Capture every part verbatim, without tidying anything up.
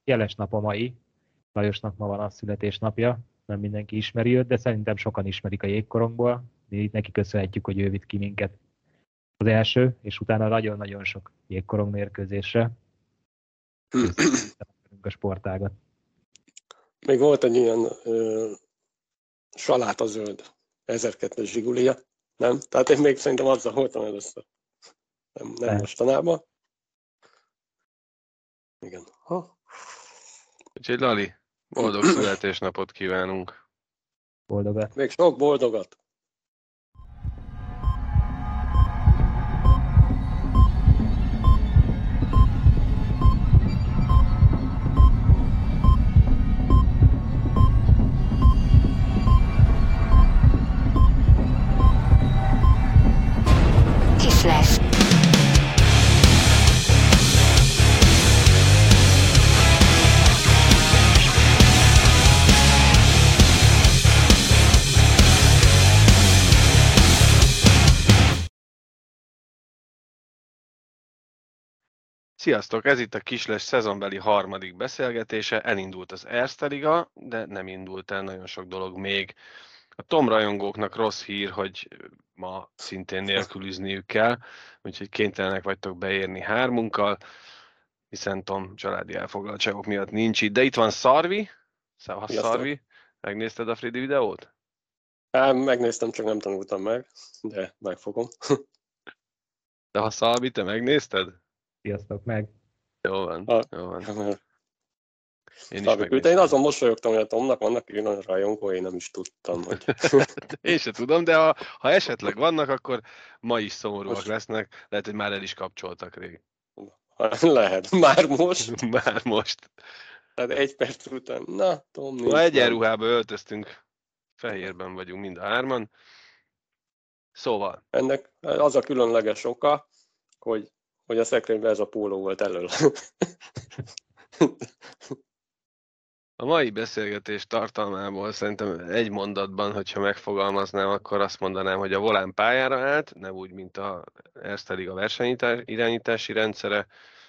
jeles nap a mai. Lajosnak ma van a születésnapja, nem mindenki ismeri őt, de szerintem sokan ismerik a jégkorongból. Mi neki köszönhetjük, hogy ő vitt ki minket az első, és utána nagyon-nagyon sok jégkorong mérkőzésre. Köszönjük a sportágat. Még volt egy ilyen ö, salátazöld ezerkettes zsigulia, nem? Tehát én még szerintem azzal voltam először. Nem, nem mostanában. Igen. Ha? Úgyhogy Lali, boldog születésnapot kívánunk. Boldogat. Még sok boldogat. Kislesz. Sziasztok, ez itt a Kislesz szezonbeli harmadik beszélgetése. Elindult az Erste Liga, de nem indult el nagyon sok dolog még. A Tom rajongóknak rossz hír, hogy ma szintén nélkülizniük kell, úgyhogy kénytelenek vagytok beérni hármunkkal, hiszen Tom családi elfoglaltságok miatt nincs itt. De itt van Szarvi. Szevasz, Szarvi. Megnézted a Fridi videót? Á, megnéztem, csak nem tanultam meg, de megfogom. De ha Szalvi, te megnézted? Sziasztok meg. Jó van, Ha, jó van. Én, is én azon mosolyogtam, hogy a Tomnak vannak ilyen rajongói, én nem is tudtam, hogy... Én sem tudom, de ha, ha esetleg vannak, akkor ma is szomorúak most... lesznek. Lehet, hogy már el is kapcsoltak rég. Lehet. Már most? Már most. Tehát egy perc után. Na, Tom, nincs. Ma egyenruhába öltöztünk. Fehérben vagyunk mind a hárman. Szóval. Ennek az a különleges oka, hogy, hogy a szekrényben ez a póló volt elől. A mai beszélgetés tartalmából szerintem egy mondatban, hogyha megfogalmaznám, akkor azt mondanám, hogy a Volán pályára állt, nem úgy, mint a Erste Liga versenyirányítási rendszere,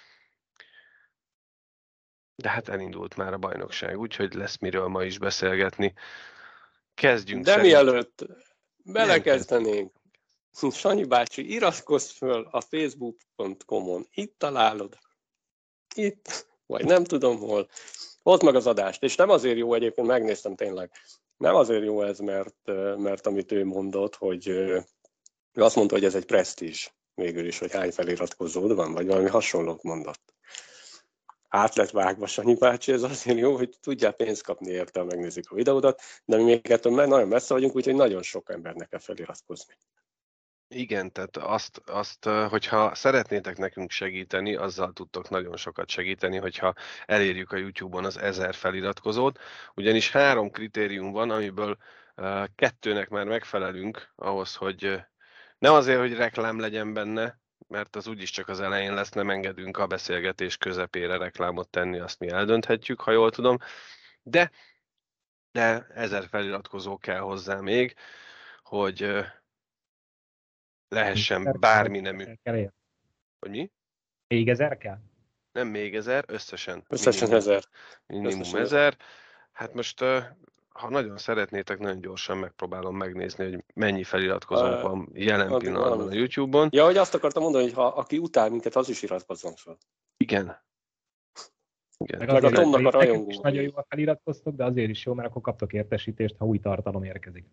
de hát elindult már a bajnokság, úgyhogy lesz miről ma is beszélgetni. Kezdjünk. De szerint... mielőtt belekezdenénk, Sanyi bácsi, iratkozz föl a facebook pont com-on, itt találod, itt, vagy nem tudom hol, ott meg az adást, és nem azért jó egyébként, megnéztem tényleg, nem azért jó ez, mert, mert amit ő mondott, hogy ő azt mondta, hogy ez egy presztízs végül is, hogy hány feliratkozód van, vagy valami hasonlót mondott. Át lett vágva Sanyi bácsi, ez azért jó, hogy tudjál pénzt kapni érte, ha megnézik a videódat, de mi még ettől nagyon messze vagyunk, úgyhogy nagyon sok embernek kell feliratkozni. Igen, tehát azt, azt, hogyha szeretnétek nekünk segíteni, azzal tudtok nagyon sokat segíteni, hogyha elérjük a YouTube-on az ezer feliratkozót, ugyanis három kritérium van, amiből kettőnek már megfelelünk ahhoz, hogy nem azért, hogy reklám legyen benne, mert az úgyis csak az elején lesz, nem engedünk a beszélgetés közepére reklámot tenni, azt mi eldönthetjük, ha jól tudom, de, de ezer feliratkozó kell hozzá még, hogy lehessen bármi nemű. Hogy mi? Még ezer kell? Nem még ezer, összesen. Összesen minimum, ezer. Minimum összesen ezer. Hát most, ha nagyon szeretnétek, nagyon gyorsan megpróbálom megnézni, hogy mennyi feliratkozónk uh, van jelen pillanatban valami. A YouTube-on. Ja, hogy azt akartam mondani, hogy ha aki utál minket, az is iratkozzon fel. Igen. Igen. Meg, meg a Tomnak a rajongó. Is nagyon jól feliratkoztok, de azért is jó, mert akkor kaptok értesítést, ha új tartalom érkezik.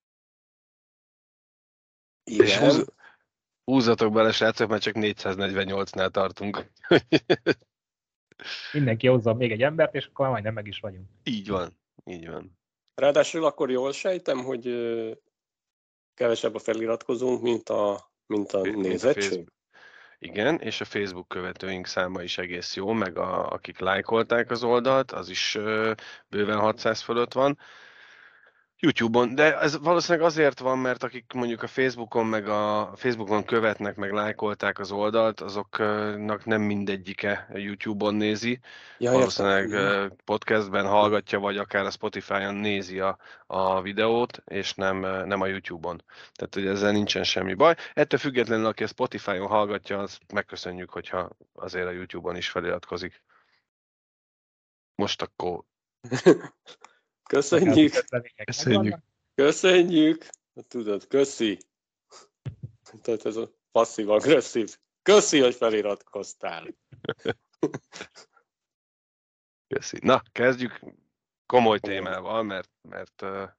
Igen. És húz, húzzatok bele, srácok, mert csak négyszáznegyvennyolcnál tartunk. Mindenki hozza még egy embert, és akkor majdnem meg is vagyunk. Így van, így van. Ráadásul akkor jól sejtem, hogy kevesebb a feliratkozónk, mint a, mint a nézettség. Igen, és a Facebook követőink száma is egész jó, meg a, akik lájkolták az oldalt, az is ö, bőven hatszáz fölött van. YouTube-on, de ez valószínűleg azért van, mert akik mondjuk a Facebookon, meg a Facebookon követnek, meg lájkolták az oldalt, azoknak nem mindegyike a YouTube-on nézi. Ja, valószínűleg értem. Podcastben hallgatja, vagy akár a Spotify-on nézi a, a videót, és nem, nem a YouTube-on. Tehát, hogy ezzel nincsen semmi baj. Ettől függetlenül, aki a Spotify-on hallgatja, azt megköszönjük, hogyha azért a YouTube-on is feliratkozik. Most akkor Köszönjük. köszönjük. Köszönjük. Tudod, köszi. Tehát ez a passzív-agresszív. Köszi, hogy feliratkoztál. Köszi. Na, kezdjük komoly témával, mert, mert uh,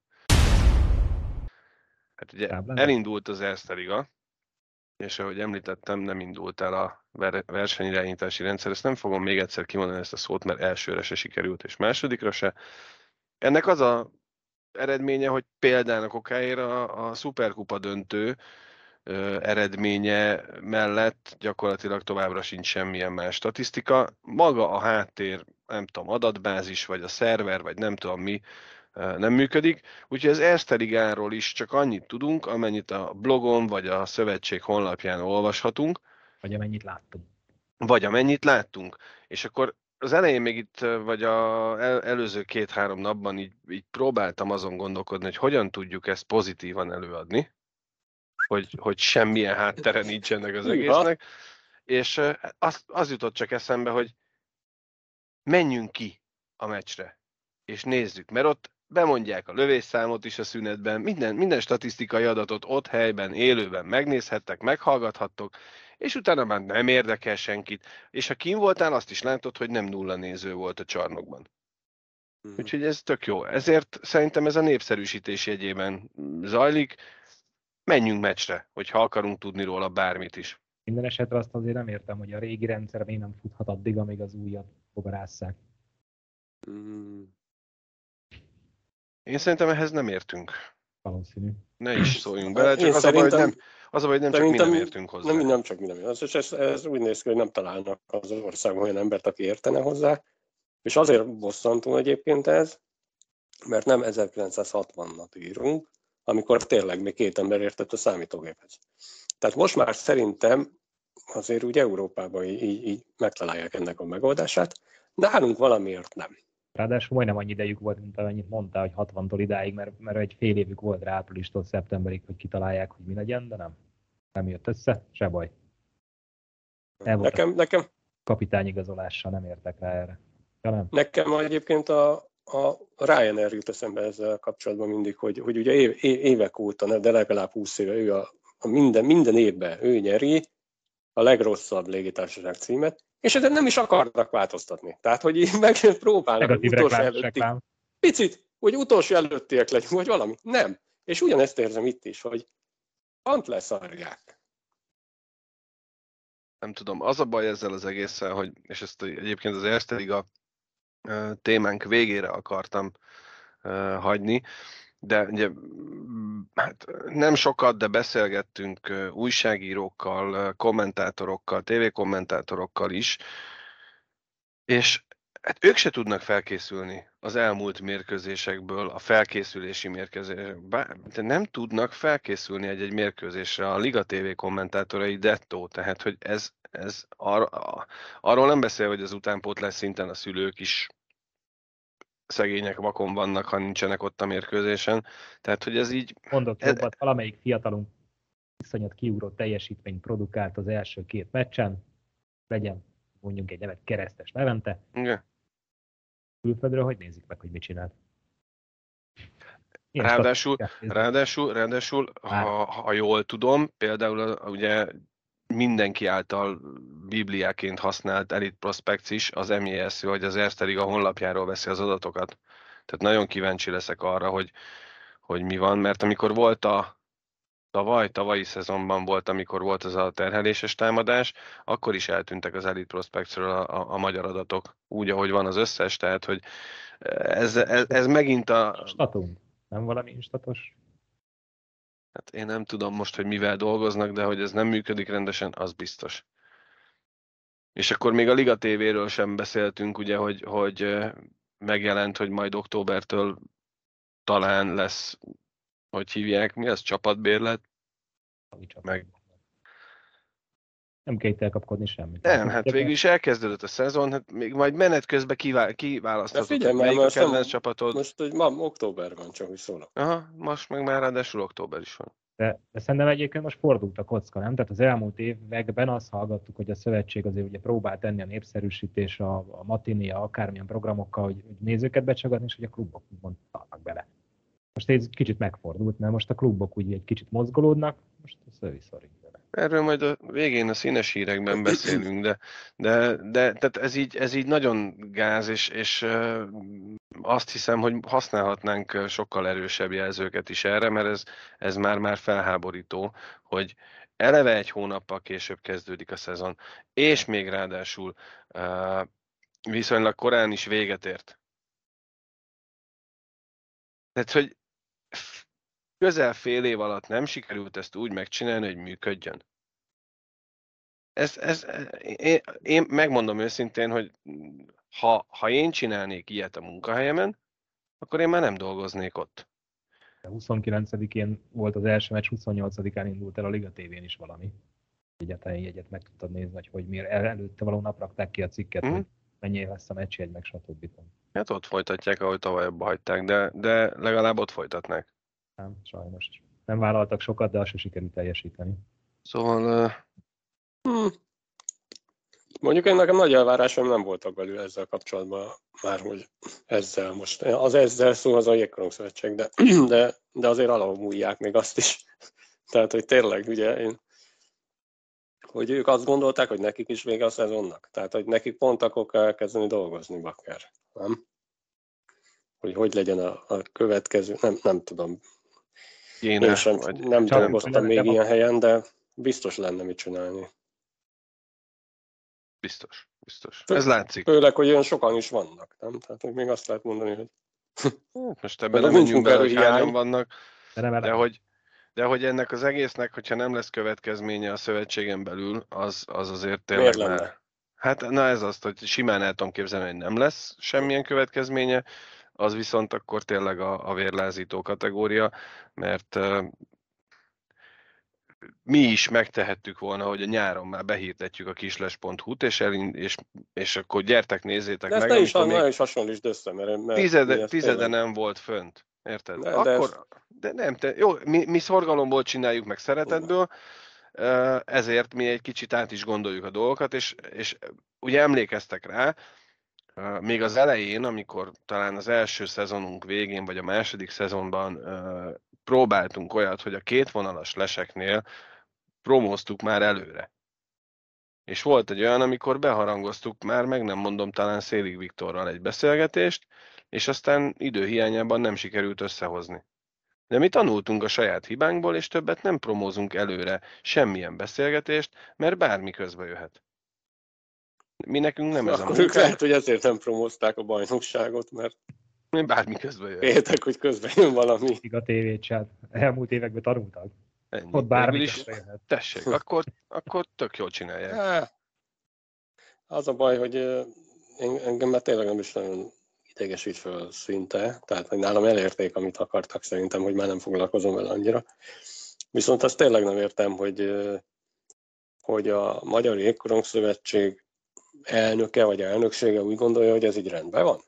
hát ugye elindult az Erste Liga, és ahogy említettem, nem indult el a versenyirányítási rendszer. Ezt nem fogom még egyszer kimondani ezt a szót, mert elsőre se sikerült, és másodikra se. Ennek az a eredménye, hogy példának okáért a, a szuperkupa döntő ö, eredménye mellett gyakorlatilag továbbra sincs semmilyen más statisztika. Maga a háttér, nem tudom, adatbázis, vagy a szerver, vagy nem tudom mi, ö, nem működik. Úgyhogy az Erste Ligáról is csak annyit tudunk, amennyit a blogon, vagy a szövetség honlapján olvashatunk. Vagy amennyit láttunk. Vagy amennyit láttunk. És akkor az elején még itt, vagy az el, előző két-három napban így, így próbáltam azon gondolkodni, hogy hogyan tudjuk ezt pozitívan előadni, hogy, hogy semmilyen háttere nincs ennek az egésznek, és az, az jutott csak eszembe, hogy menjünk ki a meccsre, és nézzük, mert ott bemondják a lövésszámot is a szünetben, minden, minden statisztikai adatot ott helyben, élőben megnézhettek, meghallgathattok, és utána már nem érdekel senkit. És ha kín voltál, azt is látod, hogy nem nulla néző volt a csarnokban. Mm. Úgyhogy ez tök jó. Ezért szerintem ez a népszerűsítés jegyében zajlik. Menjünk meccsre, hogyha akarunk tudni róla bármit is. Minden esetre azt azért nem értem, hogy a régi rendszer még nem futhat addig, amíg az újat bogarásszák. Mm. Én szerintem ehhez nem értünk. Valószínű. Ne is szóljunk bele, csak Én az a baj, hogy szerintem... nem, az a baj, hogy nem csak mi nem értünk hozzá. Nem, nem csak mi nem értünk. És ez, ez úgy néz ki, hogy nem találnak az országban olyan embert, aki értene hozzá. És azért bosszantó egyébként ez, mert nem ezerkilencszázhatvanat írunk, amikor tényleg még két ember értett a számítógéphez. Tehát most már szerintem azért úgy Európában így, így megtalálják ennek a megoldását, nálunk valamiért nem. Ráadásul majdnem annyi idejük volt, mint amennyit mondtál, hogy hatvantól idáig, mert, mert egy fél évük volt rá áprilistól szeptemberig, hogy kitalálják, hogy mi legyen, de nem. Nem jött össze, se baj. Nekem, nekem, kapitányigazolással nem értek rá erre. Ja, nem. Nekem egyébként a, a Ryanair jut eszembe ezzel kapcsolatban mindig, hogy, hogy ugye év, évek óta, de legalább húsz éve ő a, a minden, minden évben ő nyeri a legrosszabb légitársaság címet, és ezen nem is akarnak változtatni. Tehát, hogy így megpróbálnak Negatív utolsó előtti. Reklám. Picit, hogy utolsó előttiek legyünk, vagy valami. Nem. És ugyanezt érzem itt is, hogy pont leszarják. Nem tudom, az a baj ezzel az egésszel, hogy, és ezt egyébként az Erste Liga témánk végére akartam hagyni, de ugye, hát nem sokat, de beszélgettünk újságírókkal, kommentátorokkal, tévékommentátorokkal is, és hát ők se tudnak felkészülni az elmúlt mérkőzésekből, a felkészülési mérkőzésekből, de nem tudnak felkészülni egy-egy mérkőzésre a Liga té vé kommentátorai dettó, tehát hogy ez, ez ar- arról nem beszél, hogy az utánpótlás szinten a szülők is szegények vakon vannak, ha nincsenek ott a mérkőzésen. Tehát, hogy ez így... Mondok jobbat, valamelyik fiatalunk iszonyat kiugró teljesítményt produkált az első két meccsen, legyen mondjuk egy nevet Keresztes Levente. Igen. Külföldről hogy nézik meg, hogy mit csinált? Ilyen ráadásul, ráadásul, ráadásul ha, ha jól tudom, például ugye mindenki által bibliáként használt Elite Prospects is az em i es vagy az Erste Liga honlapjáról veszi az adatokat. Tehát nagyon kíváncsi leszek arra, hogy, hogy mi van, mert amikor volt a tavaly, tavalyi szezonban volt, amikor volt az a terheléses támadás, akkor is eltűntek az Elite Prospectsről a, a, a magyar adatok, úgy, ahogy van az összes, tehát, hogy ez, ez, ez megint a... Statunk, nem valami instatos? Hát én nem tudom most, hogy mivel dolgoznak, de hogy ez nem működik rendesen, az biztos. És akkor még a Liga té véről sem beszéltünk, ugye, hogy, hogy megjelent, hogy majd októbertől talán lesz, hogy hívják, mi az, csapatbérlet? Csapat. Meg... Nem kell itt elkapkodni semmit. Nem, hát végül is elkezdődött a szezon, hát még majd menet közben kivá- kiválaszthatod, figyelj, hogy már melyik a most nem- kedvenc csapatod. Most, hogy ma október van, csak úgy szólok. Aha, most meg már ráadásul október is van. De, de szerintem egyébként most fordult a kocka, nem? Tehát az elmúlt években azt hallgattuk, hogy a szövetség azért ugye próbál tenni a népszerűsítés, a, a matinia, akármilyen programokkal, hogy, hogy nézőket becsagatni, és hogy a klubok úgymond talnak bele. Most ez kicsit megfordult, mert most a klubok úgy egy kicsit mozgolódnak, most a szövi szorít bele. Erről majd a végén a színes hírekben beszélünk, de, de, de tehát ez, így, ez így nagyon gáz, és, és azt hiszem, hogy használhatnánk sokkal erősebb jelzőket is erre, mert ez, ez már-már felháborító, hogy eleve egy hónappal később kezdődik a szezon, és még ráadásul viszonylag korán is véget ért. Tehát, hogy közel fél év alatt nem sikerült ezt úgy megcsinálni, hogy működjön. Ez, ez, én, én megmondom őszintén, hogy ha, ha én csinálnék ilyet a munkahelyemen, akkor én már nem dolgoznék ott. huszonkilencedikén volt az első meccs, huszonnyolcadikán indult el a Liga té vén is valami. Egyáltalán egyet meg tudtad nézni, hogy, hogy miért el, előtte való nap rakták ki a cikket, mm. hogy mennyi lesz a meccsjegy, meg stb. Hát ott folytatják, ahogy tavaly abba hagyták, de, de legalább ott folytatnák. Nem, sajnos. Nem vállaltak sokat, de azt se sikerült teljesíteni. Szóval... Uh... Hmm. Mondjuk én nekem nagy elvárásom nem voltak belül ezzel kapcsolatban, már hogy ezzel most. Az ezzel szó az a Jégkorong Szövetség, de, de, de azért alamújják még azt is. Tehát, hogy tényleg, ugye én, hogy ők azt gondolták, hogy nekik is vége a szezonnak. Tehát, hogy nekik pont akkor kell elkezdeni dolgozni, bakker. Nem? Hogy hogy legyen a, a következő, nem, nem tudom. Jéne, én sem vagy nem dolgoztam még nem ilyen helyen, de biztos lenne mit csinálni. Biztos, biztos. Ez látszik. Főleg, hogy olyan sokan is vannak, nem? Tehát hogy még azt lehet mondani, hogy... Most ebben nem menjünk bele, hogy hányan vannak, de, de, hogy, de hogy ennek az egésznek, hogyha nem lesz következménye a szövetségen belül, az, az azért tényleg Miért már... lenne? Hát na ez azt, hogy simán el tudom képzelni, hogy nem lesz semmilyen következménye, az viszont akkor tényleg a, a vérlázító kategória, mert uh, mi is megtehettük volna, hogy a nyáron már behirdetjük a kisles pont hu-t, és, elind, és, és akkor gyertek, nézzétek de meg. De ezt ne is hasonlítsd össze, mert... mert tizede, tizede nem volt fönt, érted? De, akkor, de, de nem, te, jó, mi, mi szorgalomból csináljuk meg szeretetből, ezért mi egy kicsit át is gondoljuk a dolgokat, és, és ugye emlékeztek rá, még az elején, amikor talán az első szezonunk végén, vagy a második szezonban próbáltunk olyat, hogy a kétvonalas leseknél promóztuk már előre. És volt egy olyan, amikor beharangoztuk már, meg nem mondom, talán Szélig Viktorral egy beszélgetést, és aztán időhiányában nem sikerült összehozni. De mi tanultunk a saját hibánkból, és többet nem promózunk előre semmilyen beszélgetést, mert bármi közbe jöhet. Mi nekünk nem ez a munkánk. Ők lehet, hogy ezért nem promózták a bajnokságot, mert bármi közbe jöhet. Értek, hogy közben jön valami. A tévét sem. Elmúlt években tanultak. Ennyi. Ott bármi is, tessék, akkor, akkor tök jól csinálják. Há, az a baj, hogy én, engem már tényleg nem is nagyon idegesít föl szinte, tehát hogy nálam elérték, amit akartak szerintem, hogy már nem foglalkozom vele annyira. Viszont azt tényleg nem értem, hogy, hogy a Magyar Jégkorong Szövetség elnöke vagy elnöksége úgy gondolja, hogy ez így rendben van.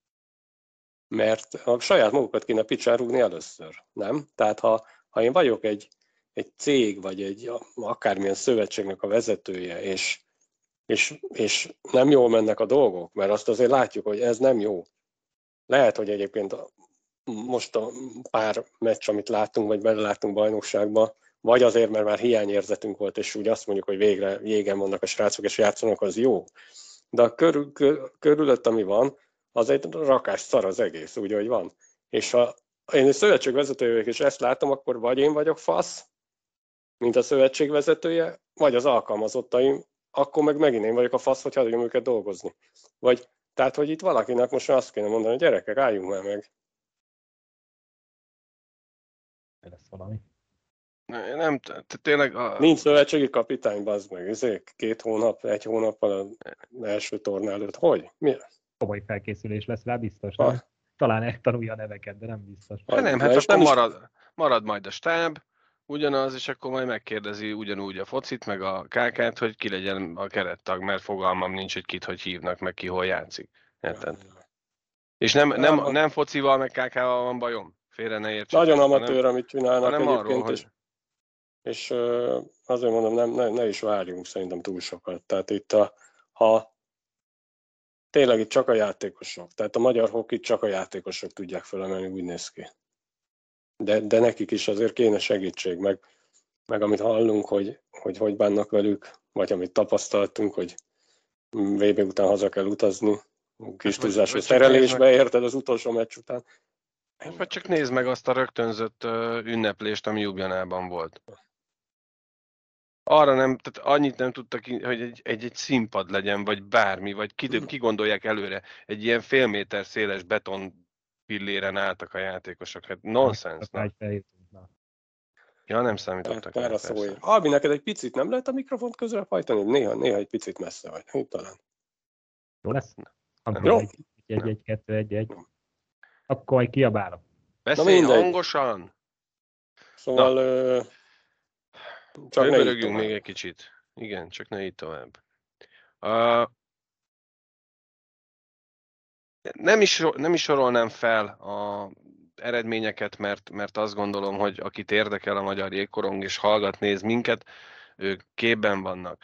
Mert a saját magukat kéne picsárugni először, nem? Tehát ha, ha én vagyok egy, egy cég, vagy egy akármilyen szövetségnek a vezetője, és, és, és nem jól mennek a dolgok, mert azt azért látjuk, hogy ez nem jó. Lehet, hogy egyébként most a pár meccs, amit láttunk, vagy beleláttunk bajnokságba, vagy azért, mert már hiányérzetünk volt, és úgy azt mondjuk, hogy végre jégen vannak a srácok, és játszanak, az jó. De a körül, kör, körülött, ami van, az egy rakás szar az egész, úgy, hogy van. És ha én egy szövetségvezető vagyok, és ezt látom, akkor vagy én vagyok fasz, mint a szövetségvezetője, vagy az alkalmazottaim, akkor meg megint én vagyok a fasz, hogy hagyjam őket dolgozni. Vagy, tehát, hogy itt valakinek most azt kéne mondani, hogy gyerekek, álljunk már meg. Lesz valami. Nem, tényleg... A... Nincs szövetségi kapitány, bazd meg, ezért két hónap, egy hónappal az első torna előtt. Hogy? Miért? Komoly felkészülés lesz rá, biztos. Nem? Talán eltanulja a neveket, de nem biztos. De nem, hát akkor nem marad, marad majd a stáb, ugyanaz, és akkor majd megkérdezi ugyanúgy a focit, meg a kákát, hogy ki legyen a kerettag, mert fogalmam nincs, hogy kit hogy hívnak, meg ki hol játszik. Érted? És nem, nem, Nem, nem focival, meg kákával van bajom. Félre ne értsetek. nagyon amatőr, hanem, amit csinálnak hanem egyébként, arról, és, hogy... és uh, azért mondom, nem, ne, ne is várjunk szerintem túl sokat. Tehát itt a, ha tényleg itt csak a játékosok, tehát a magyar hokit csak a játékosok tudják felemelni, úgy néz ki. De, de nekik is azért kéne segítség, meg, meg amit hallunk, hogy, hogy hogy bánnak velük, vagy amit tapasztaltunk, hogy vé bé után haza kell utazni, kis Hát vagy- túlzásos vagy csak szerelésbe, nézd meg- érted, az utolsó meccs után. Hát vagy csak nézd meg azt a rögtönzött ö, ünneplést, ami Ljubljanában volt. Arra nem, tehát annyit nem tudtak, hogy egy, egy, egy színpad legyen, vagy bármi, vagy ki, ki gondolják előre. Egy ilyen fél méter széles beton pilléren álltak a játékosok. Hát nonsens. Na. Ja, nem számítottak rá, Erre persze. szólj. Albi, neked egy picit nem lehet a mikrofont közel fajtani? Néha, néha egy picit messze vagy. Hú, talán. Jó lesz? Nem. Jó. Egy, egy, egy, kettő, egy, egy. Akkor majd kiabálok. Beszélj mindegy. hangosan! Szóval ö, csak ne így Köbörögjünk tovább. még egy kicsit. Igen, csak ne így tovább. Uh, nem, is, nem is sorolnám fel a eredményeket, mert, mert azt gondolom, hogy akit érdekel a magyar jégkorong és hallgat, néz minket, ők képben vannak.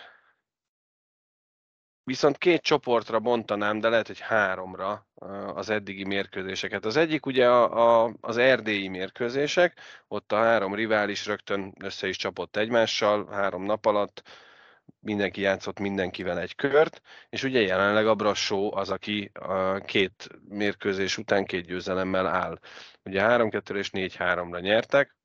Viszont két csoportra bontanám, de lehet, hogy háromra az eddigi mérkőzéseket. Az egyik ugye a, a, az erdélyi mérkőzések, ott a három rivális rögtön össze is csapott egymással, három nap alatt, mindenki játszott mindenkivel egy kört, és ugye jelenleg a Brassó az, aki a két mérkőzés után két győzelemmel áll. Ugye három kettő és négy háromra nyertek.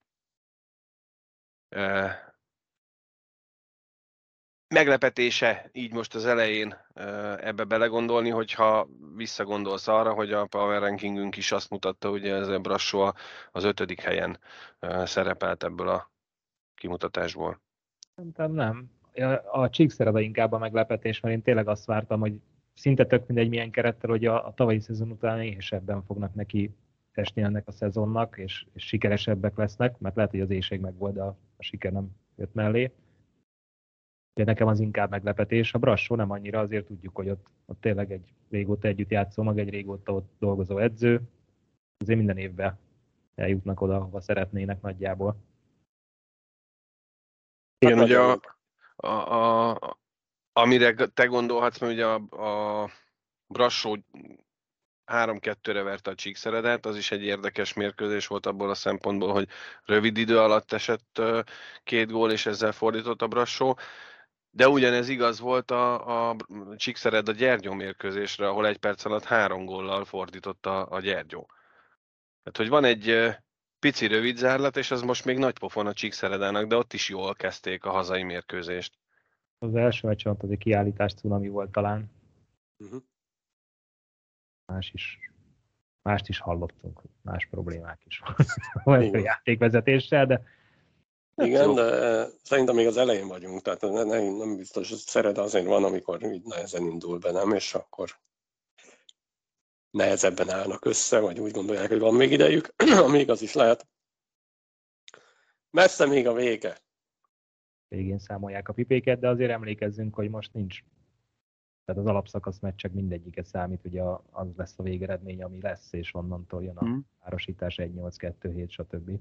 Meglepetése így most az elején ebbe belegondolni, hogyha visszagondolsz arra, hogy a Power Rankingünk is azt mutatta, hogy ez a Brassó az ötödik helyen szerepelt ebből a kimutatásból. Szerintem nem. A Csíkszereda inkább a meglepetés, mert én tényleg azt vártam, hogy szinte tök mindegy milyen kerettel, hogy a, a tavalyi szezon után éhesebben fognak neki esni ennek a szezonnak, és, és sikeresebbek lesznek, mert lehet, hogy az éjség meg volt, de a, a siker nem jött mellé. De nekem az inkább meglepetés. A Brassó nem annyira, azért tudjuk, hogy ott, ott tényleg egy régóta együtt játszó, meg egy régóta ott dolgozó edző. Azért minden évben eljutnak oda, ahova szeretnének nagyjából. Igen, hát ugye a, a, a, amire te gondolhatsz, mert ugye a, a Brassó három kettőre verte a Csíkszeredát, az is egy érdekes mérkőzés volt abból a szempontból, hogy rövid idő alatt esett két gól, és ezzel fordított a Brassó. De ugyanez igaz volt a, a Csíkszereda Gyergyó mérkőzésre, ahol egy perc alatt három góllal fordított a, a Gyergyó. Tehát, hogy van egy pici rövid zárlat, és az most még nagy pofon a Csíkszeredának, de ott is jól kezdték a hazai mérkőzést. Az első meccs alatt az egy kiállítás cunami volt talán. Uh-huh. Más is, mást is hallottunk, más problémák is voltak a játékvezetéssel, de igen, de szerintem még az elején vagyunk, tehát nem, nem biztos, hogy Szereda azért van, amikor így nehezen indul be, nem, és akkor nehezebben állnak össze, vagy úgy gondolják, hogy van még idejük, amíg az is lehet. Messze még a vége. Végén számolják a pipéket, de azért emlékezzünk, hogy most nincs. Tehát az alapszakasz meccsek mindegyike számít, ugye az lesz a végeredmény, ami lesz, és onnantól jön a hmm. párosítás egy nyolc kettő hét, stb.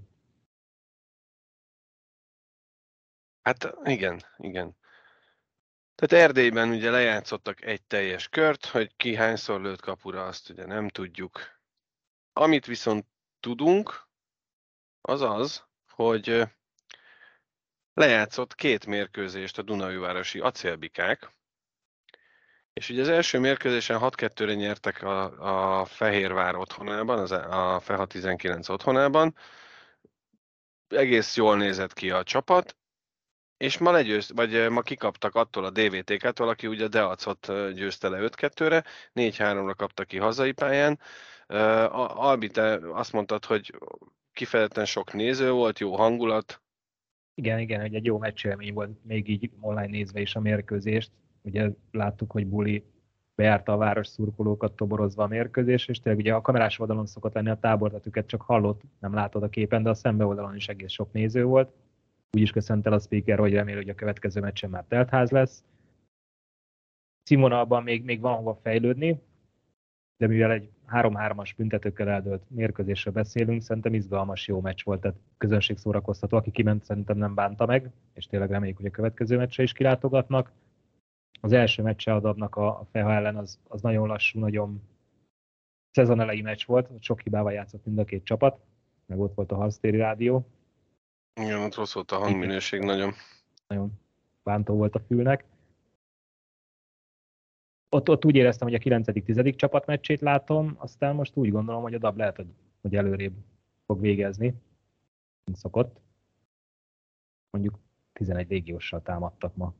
Hát igen, igen. Tehát Erdélyben ugye lejátszottak egy teljes kört, hogy ki hányszor lőtt kapura, azt ugye nem tudjuk. Amit viszont tudunk, az az, hogy lejátszott két mérkőzést a Dunaújvárosi acélbikák, és ugye az első mérkőzésen hat kettőre nyertek a, a Fehérvár otthonában, az, a Feha tizenkilenc otthonában. Egész jól nézett ki a csapat, és ma, legyőz, vagy ma kikaptak attól a dé vé té ká-tól, aki ugye Deacot győzte le öt kettőre, négy háromra kapta ki hazai pályán. Albi, te azt mondtad, hogy kifejezetten sok néző volt, jó hangulat. Igen, igen, hogy egy jó meccsélmény volt, még így online nézve is a mérkőzést. Ugye láttuk, hogy Buli bejárta a város szurkolókat toborozva a mérkőzés, és tényleg ugye a kamerás oldalon szokott lenni a tábortetüket, csak hallott, nem látod a képen, de a szembe oldalon is egész sok néző volt. Úgy is köszönt el a speaker, hogy remél, hogy a következő meccsen már teltház lesz. Színvonalban még, még van hova fejlődni, de mivel egy három-hármas büntetőkkel eldőlt mérkőzésről beszélünk, szerintem izgalmas, jó meccs volt, tehát közönség szórakoztató, aki kiment, szerintem nem bánta meg, és tényleg reméljük, hogy a következő meccsre is kilátogatnak. Az első meccse a Dabnak a Feha ellen az, az nagyon lassú, nagyon szezon elejé meccs volt, sok hibával játszott mind a két csapat, meg ott volt a harctéri rádió. Igen, ott rossz volt a hangminőség nagyon. Nagyon bántó volt a fülnek. Ott, ott úgy éreztem, hogy a kilencedik-tizedik csapat meccsét látom, aztán most úgy gondolom, hogy a Dab lehet, hogy, hogy előrébb fog végezni, mint szokott. Mondjuk tizenegy légióssal támadtak ma.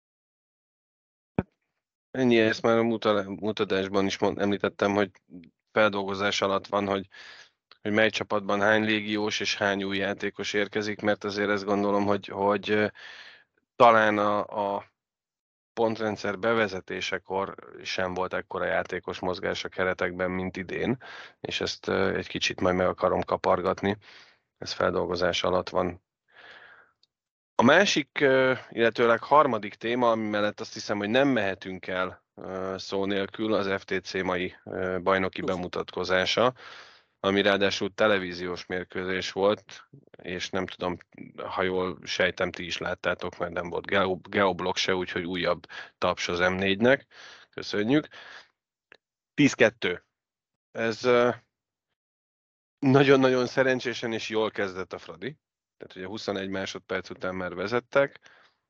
Ennyi, ezt már a mutatásban is mond, említettem, hogy feldolgozás alatt van, hogy, hogy mely csapatban hány légiós és hány új játékos érkezik, mert azért ezt gondolom, hogy, hogy talán a, a pontrendszer bevezetésekor sem volt ekkora játékos mozgás a keretekben, mint idén, és ezt egy kicsit majd meg akarom kapargatni, ez feldolgozás alatt van. A másik, illetőleg harmadik téma, ami mellett azt hiszem, hogy nem mehetünk el szó nélkül, az ef té cé mai bajnoki bemutatkozása, ami ráadásul televíziós mérkőzés volt, és nem tudom, ha jól sejtem, ti is láttátok, mert nem volt geoblog se, úgyhogy újabb taps az em négynek. Köszönjük. tíz kettő. Ez nagyon-nagyon szerencsésen és jól kezdett a Fradi. Tehát ugye huszonegy másodperc után már vezettek,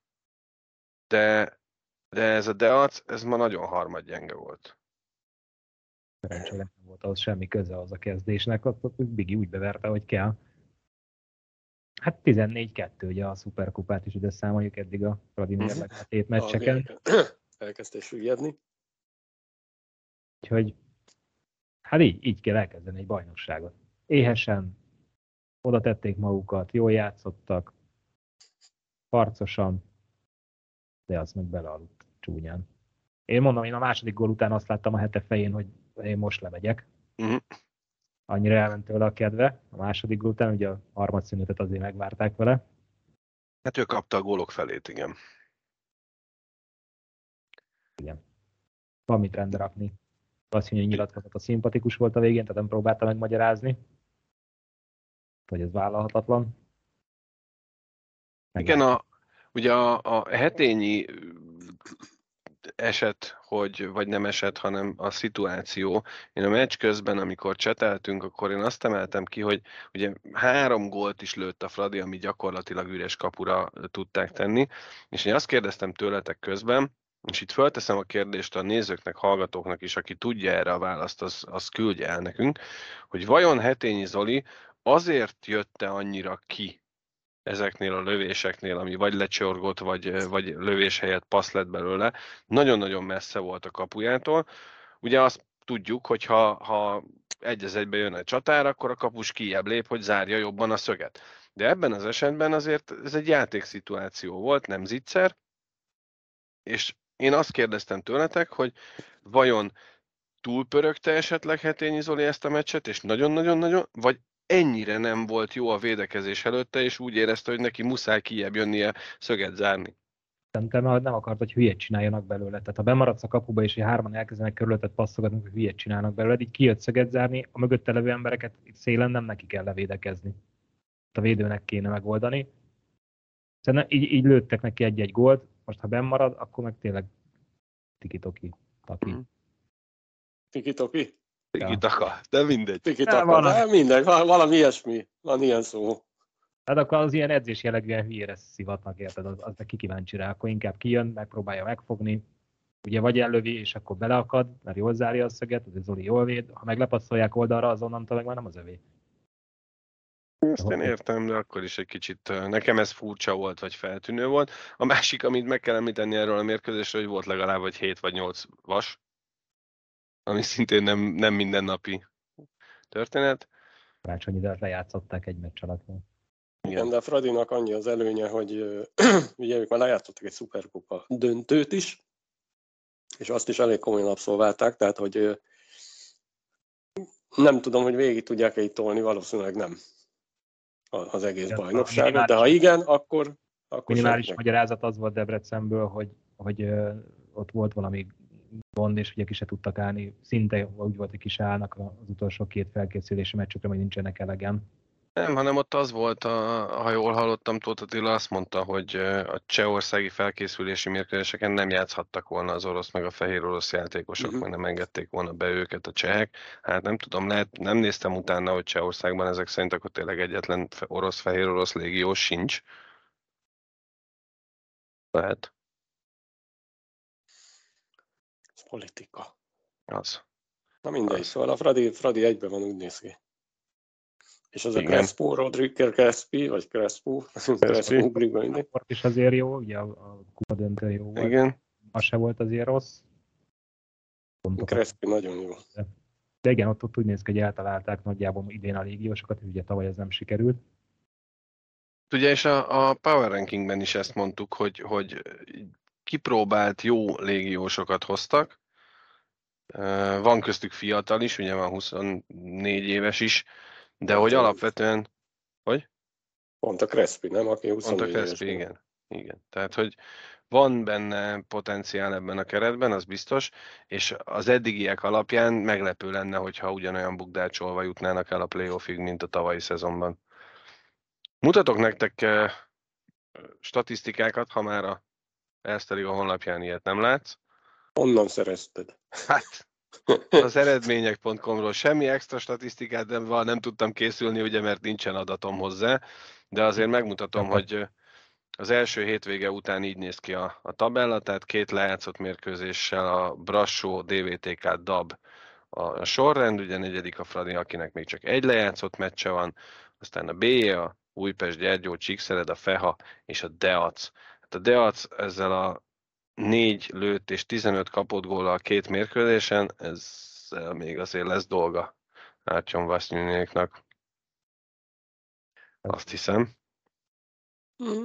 de, de ez a Deac, ez ma nagyon harmadgyenge volt. Szerencsére nem volt ahhoz semmi köze az a kezdésnek, ott, ott Bigi úgy beverte, hogy kell. Hát tizennégy kettő, ugye a szuperkupát is ide számoljuk eddig a Fradi mérleg hét meccseken. Elkezdte süllyedni. Úgyhogy hát így, így kell elkezdeni egy bajnokságot. Éhesen, oda tették magukat, jól játszottak, harcosan, de az meg belealudt csúnyán. Én mondom, én a második gól után azt láttam a hete fején, hogy én most lemegyek. Uh-huh. Annyira elment tőle a kedve. A második gól után, ugye a harmadszünetet azért megvárták vele. Hát ő kapta a gólok felét, igen. Igen. Van mit rendre rakni. Azt mondja, hogy nyilatkozat a szimpatikus volt a végén, tehát nem próbálta megmagyarázni, hogy ez vállalhatatlan. Meg igen, a, ugye a, a hetényi eset, hogy, vagy nem eset, hanem a szituáció. Én a meccs közben, amikor cseteltünk, akkor én azt emeltem ki, hogy ugye három gólt is lőtt a Fradi, ami gyakorlatilag üres kapura tudták tenni, és én azt kérdeztem tőletek közben, és itt fölteszem a kérdést a nézőknek, hallgatóknak is, aki tudja erre a választ, az, az küldje el nekünk, hogy vajon Hetényi Zoli azért jött-e annyira ki ezeknél a lövéseknél, ami vagy lecsorgott, vagy, vagy lövés helyett passz lett belőle, nagyon-nagyon messze volt a kapujától. Ugye azt tudjuk, hogy ha, ha egy az egybe jön egy csatár, akkor a kapus kijebb lép, hogy zárja jobban a szöget. De ebben az esetben azért ez egy játékszituáció volt, nem zicser, és én azt kérdeztem tőletek, hogy vajon túlpörögte esetleg Hetényi Zoli ezt a meccset, és nagyon-nagyon-nagyon, vagy ennyire nem volt jó a védekezés előtte, és úgy érezte, hogy neki muszáj kijebb jönnie szöget zárni. Szerintem nem akart, hogy hülyét csináljanak belőle. Tehát ha bemaradsz a kapuba, és hárman elkezdenek körülötted passzogatni, hogy hülyét csinálnak belőle, így kijött szöget zárni, a mögötte levő embereket itt szélen nem neki kell levédekezni. A védőnek kéne megoldani. Szerintem így, így lőttek neki egy-egy gólt, most ha bemarad, akkor meg tényleg tiki-toki. Taki. Mm. Tiki-toki? Tiki-taka, de mindegy. Tiki-taka, de mindegy, valami ilyesmi, van ilyen szó. Hát akkor az ilyen edzés jellegűen hülyére szivatnak, érted, az, az neki kíváncsi rá, akkor inkább kijön, megpróbálja megfogni, ugye vagy ellövi, és akkor beleakad, mert jól zárja a szöget, azért Zoli jól véd, ha meglepasszolják oldalra, azonnantól meg már nem az övé. Ezt én értem, de akkor is egy kicsit, nekem ez furcsa volt, vagy feltűnő volt. A másik, amit meg kell említeni erről a mérkőzésről, hogy volt legalább vagy hét vagy nyolc vas, ami szintén nem, nem mindennapi történet. Karácsonyi időt lejátszották egy meccs alatt. Igen, de a Fradinak annyi az előnye, hogy ugye ők már lejátszottak egy szuperkupa döntőt is, és azt is elég komolyan abszolválták, tehát hogy nem tudom, hogy végig tudják-e itt tolni, valószínűleg nem. az egész A bajnokságot, de minimális- ha igen, akkor, akkor Minimális senkinek. magyarázat az volt Debrecenből, hogy, hogy ö, ott volt valami gond, és ugye ki se tudtak állni. Szinte úgy volt, hogy ki se állnak az utolsó két felkészülési meccsükre, hogy nincsenek elegen. Nem, hanem ott az volt, a, ha jól hallottam, Tóth Attila azt mondta, hogy a csehországi felkészülési mérkőzéseken nem játszhattak volna az orosz meg a fehér orosz játékosok, Mhm. uh-huh. meg nem engedték volna be őket a csehek. Hát nem tudom, lehet, nem néztem utána, hogy Csehországban ezek szerint akkor tényleg egyetlen orosz-fehér orosz légiós sincs. Lehet. Ez politika. Az. Na mindegy, Az. szóval a Fradi, Fradi egyben van, úgy néz ki. És az a Igen. Crespo, Rodríguez Crespi, vagy Crespo, Crespo ugrik be mindig. Akkor is azért jó, ugye a, a kupa döntő jó volt. Igen. Az se volt azért rossz. Pontokat. Crespi nagyon jó. De igen, ott, ott úgy néz ki, hogy eltalálták nagyjából idén a légiósokat, és ugye tavaly ez nem sikerült. Ugye, és a, a Power Rankingben is ezt mondtuk, hogy, hogy kipróbált jó légiósokat hoztak. Van köztük fiatal is, ugye van huszonnégy éves is, de hogy alapvetően... Hogy? Pont a Crespi, nem? Aki Pont a huszonnégy éves. Crespi, igen. Igen. Tehát, hogy van benne potenciál ebben a keretben, az biztos, és az eddigiek alapján meglepő lenne, hogyha ugyanolyan bukdácsolva jutnának el a playoffig, mint a tavalyi szezonban. Mutatok nektek uh, statisztikákat, ha már a Erste Liga honlapján ilyet nem látsz. Honnan szerezted? Hát, az eredmények pont com-ról semmi extra statisztikát nem, nem tudtam készülni, ugye, mert nincsen adatom hozzá, de azért megmutatom, hogy az első hétvége után így néz ki a, a tabella, tehát két lejátszott mérkőzéssel a Brassó, dé vé té ká, dab a sorrend, ugye negyedik a Fradi, akinek még csak egy lejátszott meccse van, aztán a bé jé, a Újpest, Gyergyó, Csíkszered, a Feha és a Deac. Hát a Deac ezzel a négy lőtt és tizenöt kapott góllal a két mérkőzésen, ezzel még azért lesz dolga Ártyom Vasznyúnyéknak. Azt hiszem. Mm.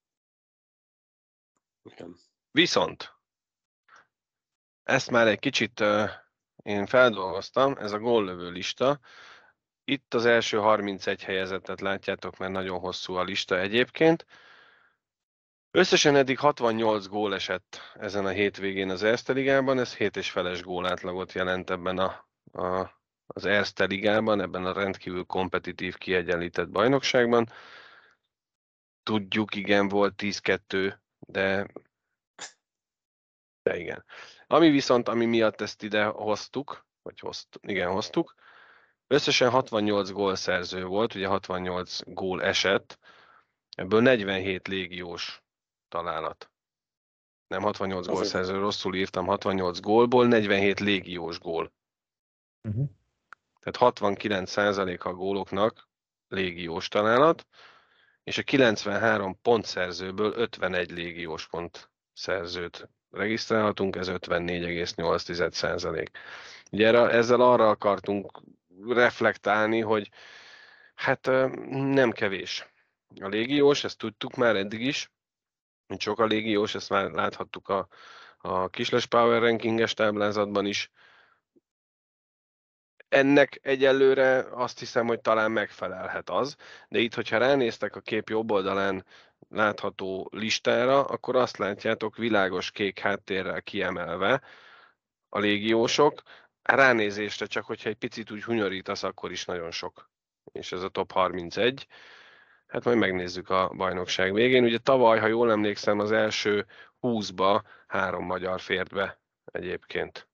Igen. Viszont ezt már egy kicsit uh, én feldolgoztam, ez a góllövő lista. Itt az első harmincegy helyezettet látjátok, mert nagyon hosszú a lista egyébként. Összesen eddig hatvannyolc gól esett ezen a hétvégén az Erste Ligában, ez hét és feles gól átlagot jelent ebben a, a, az Erste Ligában, ebben a rendkívül kompetitív, kiegyenlített bajnokságban. Tudjuk, igen, volt tíz kettő, de, de igen. Ami viszont, ami miatt ezt ide hoztuk, vagy hozt, igen, hoztuk, összesen hatvannyolc gólszerző volt, ugye hatvannyolc gól esett, ebből negyvenhét légiós találat. Nem hatvannyolc gólszerző, rosszul írtam, hatvannyolc gólból negyvenhét légiós gól. Uh-huh. Tehát hatvankilenc százalék a góloknak légiós találat, és a kilencvenhárom pontszerzőből ötvenegy légiós pont szerzőt regisztrálhatunk, ez ötvennégy egész nyolc százalék. Ugye erre, ezzel arra akartunk reflektálni, hogy hát nem kevés a légiós, ezt tudtuk már eddig is, mint sok a légiós, ezt már láthattuk a, a Kisles Power Rankinges táblázatban is. Ennek egyelőre azt hiszem, hogy talán megfelelhet az, de itt, hogyha ránéztek a kép jobb oldalán látható listára, akkor azt látjátok világos kék háttérrel kiemelve a légiósok. Ránézésre csak, hogyha egy picit úgy hunyorítasz, akkor is nagyon sok. És ez a top harmincegy. Hát majd megnézzük a bajnokság végén. Ugye tavaly, ha jól emlékszem, az első húszba három magyar fért be egyébként.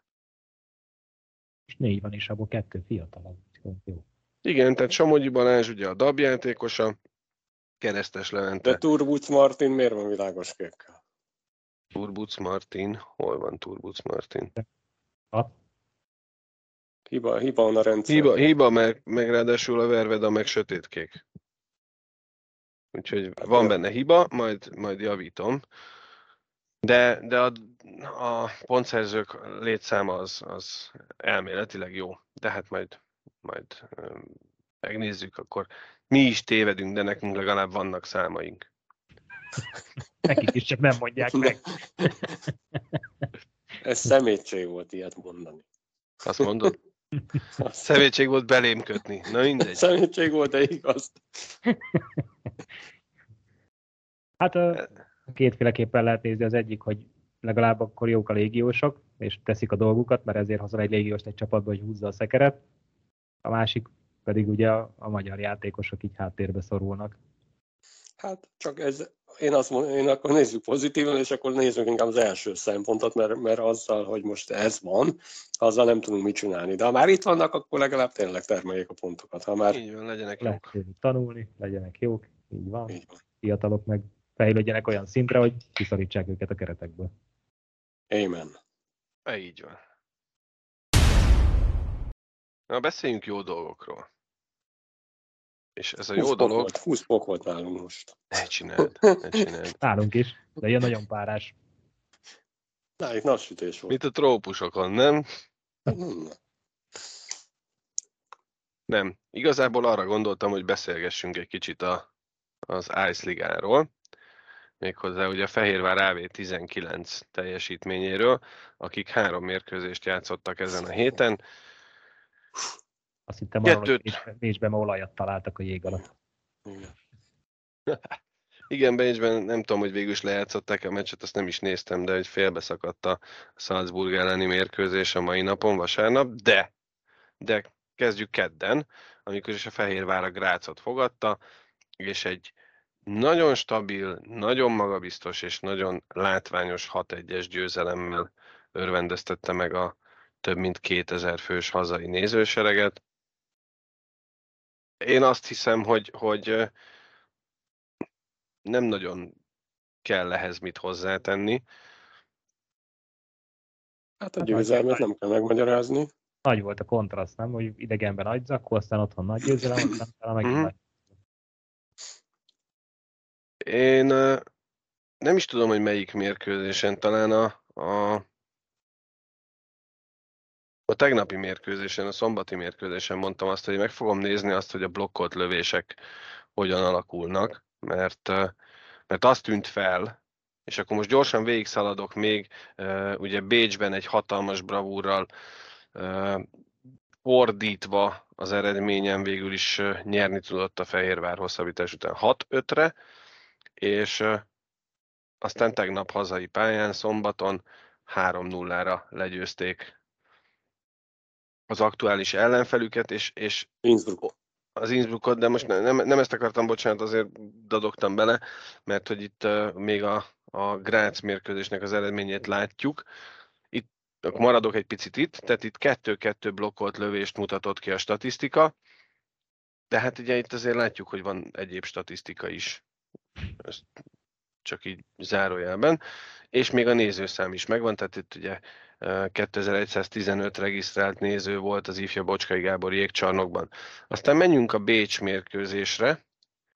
És négy van is, abból kettő fiatal. Jó. Igen, tehát Somogyi Balázs ugye a dab játékosa, Keresztes Levente. De Turbuc Martin miért van világos kékkel? Turbuc Martin, hol van Turbuc Martin? Ha? Hiba, hiba van a rendszer. Hiba, hiba meg, meg ráadásul a Verveda meg sötétkék. Úgyhogy van benne hiba, majd, majd javítom. De, de a, a pontszerzők létszáma az, az elméletileg jó. De hát majd, majd megnézzük, akkor mi is tévedünk, de nekünk legalább vannak számaink. Nekik is, csak nem mondják meg. Ez szemétség volt ilyet mondani. Azt mondod? Szemétség volt belém kötni. Na mindegy. Szemétség volt, de igaz. Hát a kétféleképpen lehet nézni, az egyik, hogy legalább akkor jók a légiósok, és teszik a dolgukat, mert ezért hozol egy légióst egy csapatba, hogy húzza a szekeret. A másik pedig ugye a, a magyar játékosok így háttérbe szorulnak. Hát csak ez, én azt mondom, én akkor nézzük pozitívan, és akkor nézzük inkább az első szempontot, mert, mert azzal, hogy most ez van, azzal nem tudunk mit csinálni. De ha már itt vannak, akkor legalább tényleg termeljék a pontokat. Ha már... Így van, legyenek Lehet jók. tőlük tanulni, legyenek jók, így van. Így van. Fiatalok meg fejlődjenek olyan szintre, hogy kiszorítsák őket a keretekből. Amen. E, így van. Na, beszéljünk jó dolgokról. És ez a jó húsz dolog... Volt, húsz pok volt nálunk most. Ne csináld, ne csináld. Nálunk is, de ilyen nagyon párás. Na, itt napsütés volt. Mint a trópusokon, nem? Nem. Nem. Igazából arra gondoltam, hogy beszélgessünk egy kicsit a, az Ice Ligáról. Méghozzá ugye a Fehérvár á vé tizenkilenc teljesítményéről, akik három mérkőzést játszottak ezen a héten. Azt hittem arról, Kettőt. hogy Bécsben ma olajat találtak a jég alatt. Igen. Igen, Bécsben nem tudom, hogy végül is lejátszották a meccset, azt nem is néztem, de hogy félbeszakadt a Salzburg elleni mérkőzés a mai napon, vasárnap, de, de kezdjük kedden, amikor is a Fehérvár a Grácot fogadta, és egy nagyon stabil, nagyon magabiztos és nagyon látványos hat egyes győzelemmel örvendeztette meg a több mint kétezer fős hazai nézősereget. Én azt hiszem, hogy, hogy nem nagyon kell ehhez mit hozzátenni. Hát a győzelmet nem kell megmagyarázni. Nagy volt a kontraszt, nem? Hogy idegenben nagy zakó, aztán otthon nagy győzelem, aztán talán megint Mhm. nagy. Én ö, nem is tudom, hogy melyik mérkőzésen, talán a, a, a tegnapi mérkőzésen, a szombati mérkőzésen mondtam azt, hogy meg fogom nézni azt, hogy a blokkolt lövések hogyan alakulnak, mert, ö, mert azt tűnt fel, és akkor most gyorsan végigszaladok még, ö, ugye Bécsben egy hatalmas bravúrral ö, fordítva az eredményen végül is ö, nyerni tudott a Fehérvár hosszabbítás után hat ötre, és ö, aztán tegnap hazai pályán, szombaton három nullára legyőzték az aktuális ellenfelüket, és, és Innsbruck. az Innsbruckot, de most nem, nem ezt akartam, bocsánat, azért dadogtam bele, mert hogy itt uh, még a, a Grác mérkőzésnek az eredményét látjuk. Itt akkor maradok egy picit itt, tehát itt kettő-kettő blokkolt lövést mutatott ki a statisztika, de hát ugye itt azért látjuk, hogy van egyéb statisztika is. Ezt csak így zárójelben, és még a nézőszám is megvan, tehát itt ugye kétezer-egyszáztizenöt regisztrált néző volt az ifja Bocskai Gábor jégcsarnokban. Aztán menjünk a Bécs mérkőzésre,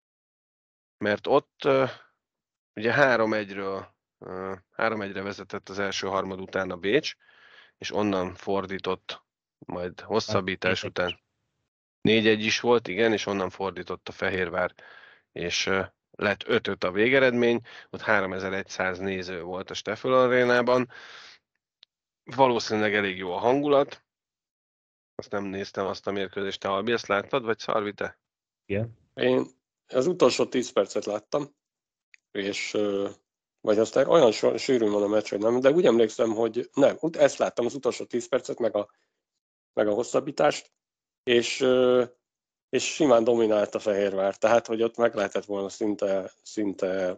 mert ott ugye három egyről három egyre vezetett az első harmad után a Bécs, és onnan fordított majd hosszabbítás négy egy. után. négy egy is volt, igen, és onnan fordított a Fehérvár, és lett öt öt a végeredmény, ott háromezer-száz néző volt a Steffel arénában. Valószínűleg elég jó a hangulat. Azt nem néztem azt a mérkőzést, te Albi, ezt láttad, vagy Szarvi, te? Igen. Én az utolsó tíz percet láttam, és vagy aztán olyan so, sűrűn van a meccs, hogy nem, de úgy emlékszem, hogy nem, ezt láttam, az utolsó tíz percet, meg a, meg a hosszabbítást, és, és simán dominált a Fehérvár, tehát, hogy ott meg lehetett volna szinte, szinte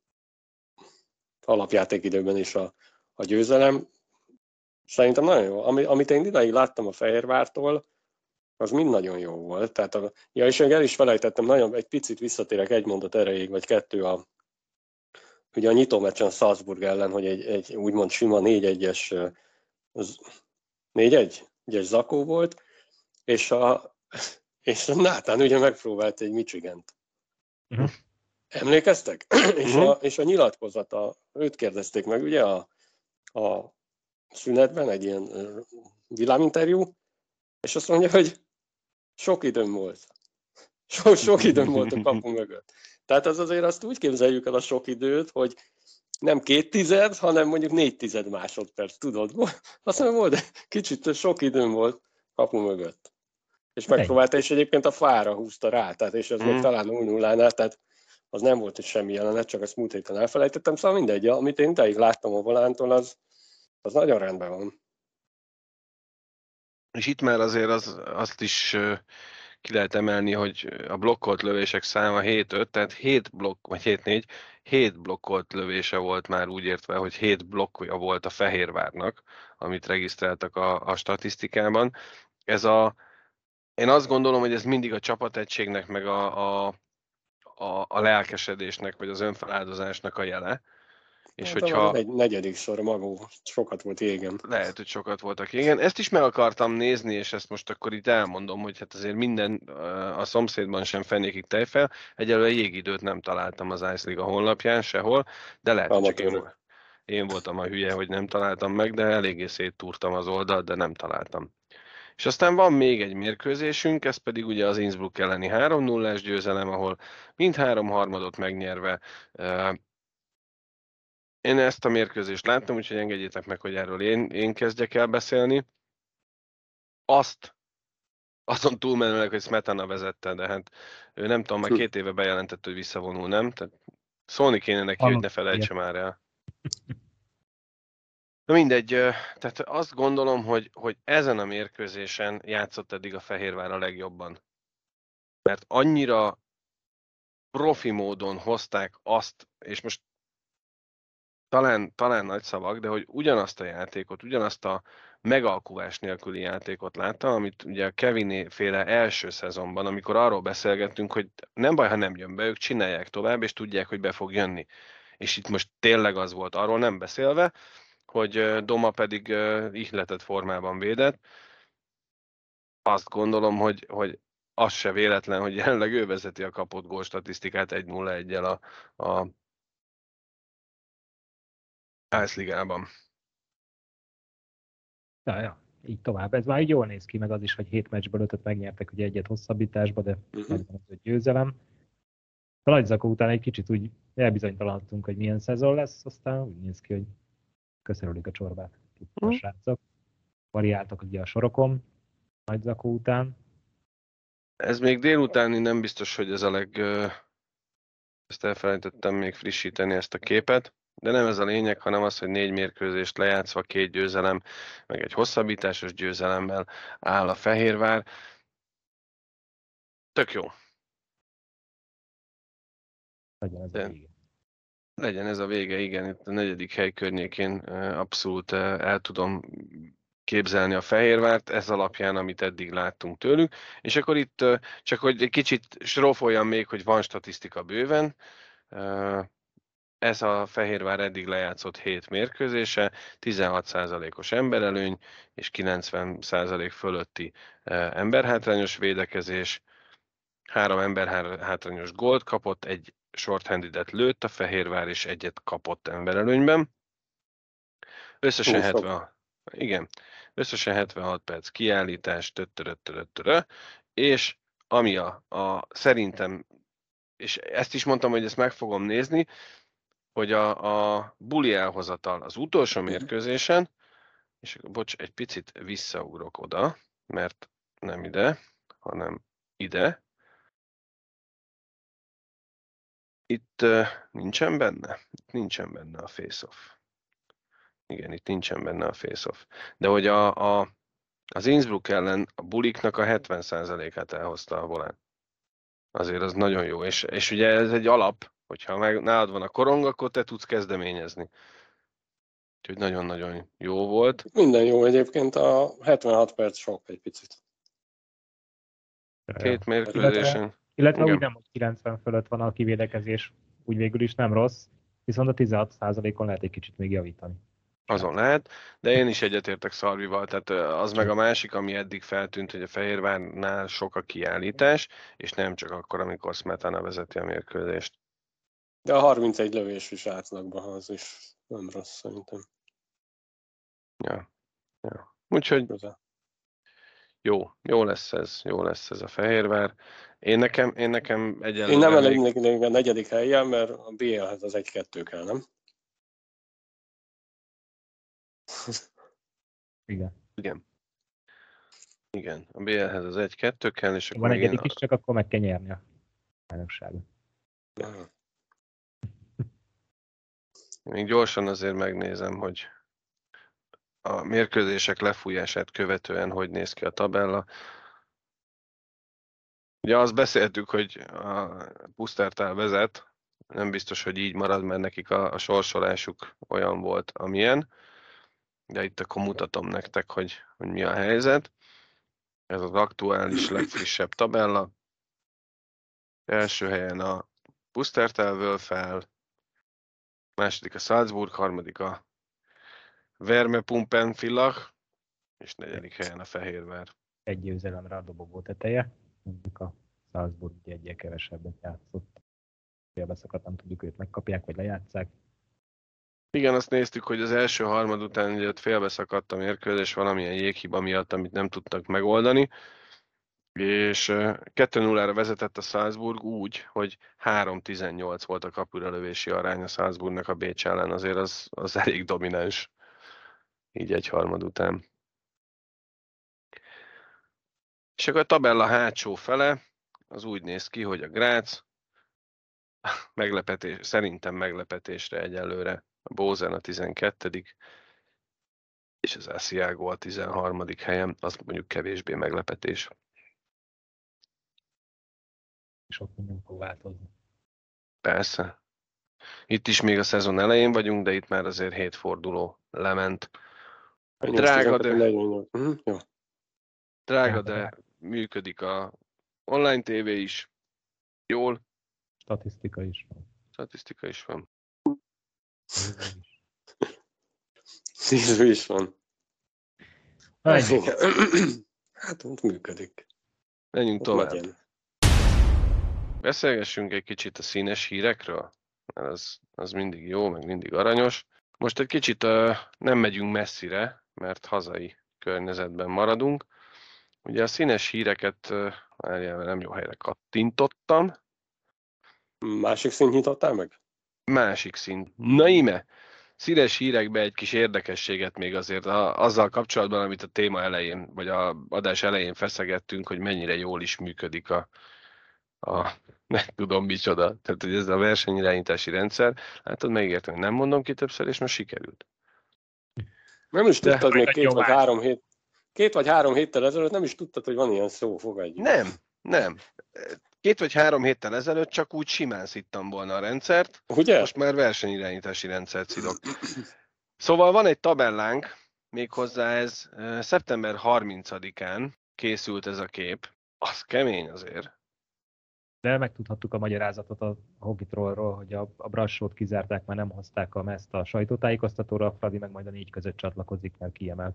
alapjátékidőben is a, a győzelem. Szerintem nagyon jó. Ami, amit én idáig láttam a Fehérvártól, az mind nagyon jó volt. Tehát a, ja, és el is felejtettem, nagyon egy picit visszatérek egy mondat erejéig, vagy kettő a ugye a nyitó meccsen Salzburg ellen, hogy egy, egy úgymond sima négy egyes négy egyes zakó volt, és a, és a Nátán ugye megpróbált egy Michigant. Uh-huh. Emlékeztek? Uh-huh. és, a, és a nyilatkozata, őt kérdezték meg ugye a, a szünetben, egy ilyen villáminterjú, és azt mondja, hogy sok időm volt. Sok, sok időm volt a kapu mögött. Tehát az azért azt úgy képzeljük el a sok időt, hogy nem két tized, hanem mondjuk négy tized másodperc, tudod? Azt mondom, volt, kicsit sok időm volt, kapu mögött. És Hát megpróbálta, és egyébként a fára húzta rá, tehát és ez Mm. még talán nulla nullánál, tehát az nem volt semmi jelenet, csak ezt múlt héten elfelejtettem, szóval mindegy, amit én ideig láttam a volántól, az, az nagyon rendben van. És itt már azért az, azt is ö, ki lehet emelni, hogy a blokkolt lövések száma hét öt, tehát hét blokk, vagy hét négy, hét blokkolt lövése volt már úgy értve, hogy hét blokkja volt a Fehérvárnak, amit regisztráltak a, a statisztikában. Ez a, én azt gondolom, hogy ez mindig a csapategységnek, meg a, a, a, a lelkesedésnek, vagy az önfeláldozásnak a jele. És Hát hogyha... az egy negyedik sor magó, sokat volt égen. Lehet, hogy sokat voltak. Igen, ezt is meg akartam nézni, és ezt most akkor itt elmondom, hogy hát azért minden a szomszédban sem fenékig tejfel. Egyelőre jégidőt nem találtam az Ice Liga honlapján sehol, de lehet, hogy csak én, én voltam a hülye, hogy nem találtam meg, de eléggé széttúrtam az oldalt, de nem találtam. És aztán van még egy mérkőzésünk, ez pedig ugye az Innsbruck elleni három nullás győzelem, ahol mindhárom harmadot megnyerve én ezt a mérkőzést láttam, úgyhogy engedjétek meg, hogy erről én, én kezdjek el beszélni. Azt, azon túlmenőleg, hogy Smetana vezette, de hát ő nem tudom, már két éve bejelentett, hogy visszavonul, nem? Tehát szólni kéne neki, hogy ne felejtse már el. Na mindegy, tehát azt gondolom, hogy, hogy ezen a mérkőzésen játszott eddig a Fehérvár a legjobban. Mert annyira profi módon hozták azt, és most Talán, talán nagy szavak, de hogy ugyanazt a játékot, ugyanazt a megalkuvás nélküli játékot láttam, amit ugye a Kevin féle első szezonban, amikor arról beszélgettünk, hogy nem baj, ha nem jön be, ők csinálják tovább, és tudják, hogy be fog jönni. És itt most tényleg az volt, arról nem beszélve, hogy Doma pedig ihletett formában védett. Azt gondolom, hogy, hogy az se véletlen, hogy jelenleg ő vezeti a kapott gól statisztikát egy nulla egyel a, a Ice Ligában. Ja, ja, így tovább. Ez már így jól néz ki, meg az is, hogy hét meccsből ötöt megnyertek, ugye egyet hosszabbításba, de Uh-huh. megvan az egy győzelem. A Nagyzakó után egy kicsit úgy elbizonytalanodtunk, hogy milyen szezon lesz, aztán úgy néz ki, hogy köszönölik a csorbát a Mm. srácok. Variáltak ugye a sorokon Nagyzakó után. Ez még délutáni, nem biztos, hogy ez a leg... Ezt elfelejtettem még frissíteni, ezt a képet, de nem ez a lényeg, hanem az, hogy négy mérkőzést lejátszva, két győzelem, meg egy hosszabbításos győzelemmel áll a Fehérvár. Tök jó. Legyen ez a vége. Legyen ez a vége, igen, itt a negyedik hely környékén abszolút el tudom képzelni a Fehérvárt, ez alapján, amit eddig láttunk tőlük. És akkor itt csak, hogy egy kicsit srófoljam még, hogy van statisztika bőven. Ez a Fehérvár eddig lejátszott hét mérkőzése, tizenhat százalékos emberelőny és kilencven százalék fölötti emberhátrányos védekezés, három emberhátrányos gólt kapott, egy shorthandidet lőtt a Fehérvár, és egyet kapott emberelőnyben. Összesen hetven, igen, összesen hetvenhat perc kiállítás, töttöröttöröttörö, és ami a, a szerintem, és ezt is mondtam, hogy ezt meg fogom nézni, hogy a, a buli elhozatal az utolsó mérkőzésen, és bocs, egy picit visszaugrok oda, mert nem ide, hanem ide. Itt uh, nincsen benne? Itt nincsen benne a face-off. Igen, itt nincsen benne a face-off. De hogy a, a, az Innsbruck ellen a buliknak a hetven százalékát elhozta a volán. Azért az nagyon jó, és, és ugye ez egy alap, hogyha meg nálad van a korong, akkor te tudsz kezdeményezni. Úgyhogy nagyon-nagyon jó volt. Minden jó egyébként, a hetvenhat perc sok egy picit. Két mérkőzésen. Illetve, illetve úgy nem, hogy kilencven fölött van a kivédekezés, úgy végül is nem rossz, viszont a tizenhat százalékon lehet egy kicsit még javítani. Azon lehet, de én is egyetértek Szarvival, tehát az meg a másik, ami eddig feltűnt, hogy a Fehérvárnál sok a kiállítás, és nem csak akkor, amikor Smetana vezeti a mérkőzést. De a harmincegy lövés is átlagban, az is nem rossz szerintem. Ja, ja. Úgyhogy jó, jó lesz ez, jó lesz ez a Fehérvár. Én nekem, én nekem egyelőre... Én nem elég még a negyedik helyen, mert a bé el-hez az egy-kettő kell, nem? Igen. Igen. Igen, a bé el-hez az egy-kettő kell, és akkor Van megint... egyedik is, csak akkor meg kell nyerni a bajnokságot. Aha. Még gyorsan azért megnézem, hogy a mérkőzések lefújását követően hogy néz ki a tabella. Ugye azt beszéltük, hogy a Pusztertál vezet, nem biztos, hogy így marad, mert nekik a, a sorsolásuk olyan volt, amilyen. De itt akkor mutatom nektek, hogy, hogy mi a helyzet. Ez az aktuális, legfrissebb tabella. Első helyen a Pusztertál Wölfel, második a Salzburg, harmadik a Wärme-Pumpen Villach, és negyedik helyen a Fehérvár. Egy győzelemre a dobogó teteje. Mondjuk a Salzburg ugye egyel kevesebbet játszott. Félbeszakadt, nem tudjuk, őt megkapják, vagy lejátszák. Igen, azt néztük, hogy az első harmad után ugye ott félbeszakadt a mérkőzés valamilyen jéghiba miatt, amit nem tudtak megoldani, és kettő nullára vezetett a Salzburg úgy, hogy három tizennyolc volt a kapuralövési arány a Salzburgnak a Bécs ellen, azért az, az elég domináns, így egy harmad után. És akkor a tabella hátsó fele, az úgy néz ki, hogy a Grác meglepetés, szerintem meglepetésre egyelőre a Bozen a tizenkettedik és az Asiago a tizenharmadik helyen, az mondjuk kevésbé meglepetés. Sok minden fog változni. Persze. Itt is még a szezon elején vagyunk, de itt már azért hét forduló lement. Drága, de, Mhm, jó. drága, de működik a online tévé is. Jól. Statisztika is van. Statisztika is van. Néző is. Néző is van. Ennyi. Igen. Hát ott működik. Menjünk Ott tovább. legyen. Beszélgessünk egy kicsit a színes hírekről, mert az, az mindig jó, meg mindig aranyos. Most egy kicsit uh, nem megyünk messzire, mert hazai környezetben maradunk. Ugye a színes híreket, uh, várjál, nem jó helyre kattintottam. Másik szint nyitottál meg? Másik szint. Na íme! Színes hírekbe egy kis érdekességet még azért a, azzal kapcsolatban, amit a téma elején, vagy a adás elején feszegettünk, hogy mennyire jól is működik a, a nem tudom micsoda. Tehát, hogy ez a versenyirányítási rendszer, látod, megértem, hogy nem mondom ki többször, és most sikerült. Nem is De- tudtad még két nyomás. vagy három hét, két vagy három héttel ezelőtt, nem is tudtad, hogy van ilyen szó, fogadjuk. Nem, nem. Két vagy három héttel ezelőtt csak úgy simán szittam volna a rendszert, Ugye? most már versenyirányítási rendszert szidok. Szóval van egy tabellánk, méghozzá ez eh, szeptember harmincadikán készült ez a kép. Az kemény azért. De megtudhattuk a magyarázatot a Hogitrollról, hogy a, a Brassót kizárták, már nem hozták a meszt a sajtótájékoztatóra, a Fradi meg majd a négy között csatlakozik, mert kiemelt.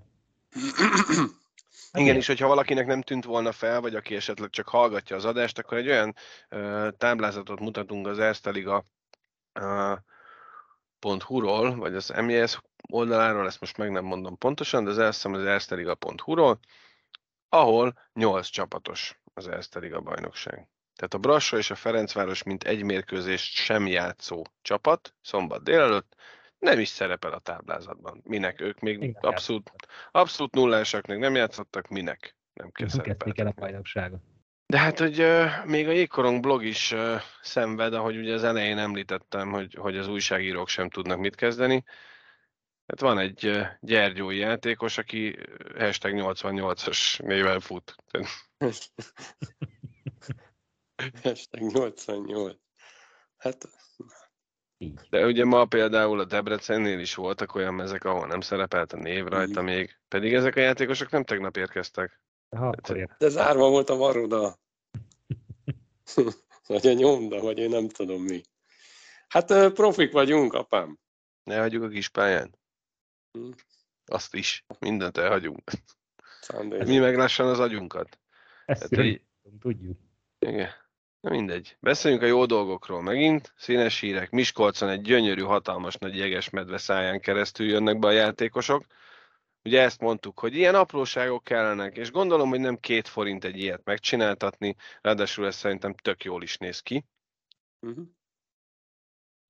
Igen, és hogyha valakinek nem tűnt volna fel, vagy aki esetleg csak hallgatja az adást, akkor egy olyan uh, táblázatot mutatunk az Erste Liga uh, .hu-ról, vagy az em jé es oldaláról, ezt most meg nem mondom pontosan, de az azt hiszem az Erste Liga .hu-ról, ahol nyolc csapatos az Erste Liga bajnokság. Tehát a Brassó és a Ferencváros mint egy mérkőzést sem játszó csapat, szombat délelőtt, nem is szerepel a táblázatban. Minek? Ők még Még nem abszolút, abszolút nullásak, még nem játszottak, minek? Nem kell Nem kezdték el a szerepeltetni. bajnokságot. De hát, hogy uh, még a Jégkorong blog is uh, szenved, ahogy ugye az elején említettem, hogy, hogy az újságírók sem tudnak mit kezdeni. Hát van egy uh, gyergyói játékos, aki hashtag nyolcvannyolcas néven fut. Hashtag nyolcvannyolc. Hát, Így. De ugye ma például a Debrecennél is voltak olyan mezek, ahol nem szerepelt a név rajta még. Pedig ezek a játékosok nem tegnap érkeztek. Ha akkor ér. de zárva volt a varoda. Vagy a nyomda, vagy én nem tudom mi. Hát ö, profik vagyunk, apám. Ne hagyjuk a kis pályán. Hm. Azt is. Mindent elhagyunk. Szándék. Mi meg lassan az agyunkat. Ezt Tehát, hogy- tudjuk. Igen. Na mindegy. Beszéljünk a jó dolgokról megint. Színes hírek. Miskolcon egy gyönyörű, hatalmas nagy jegesmedve száján keresztül jönnek be a játékosok. Ugye ezt mondtuk, hogy ilyen apróságok kellenek, és gondolom, hogy nem két forint egy ilyet megcsináltatni, ráadásul ez szerintem tök jól is néz ki. Uh-huh.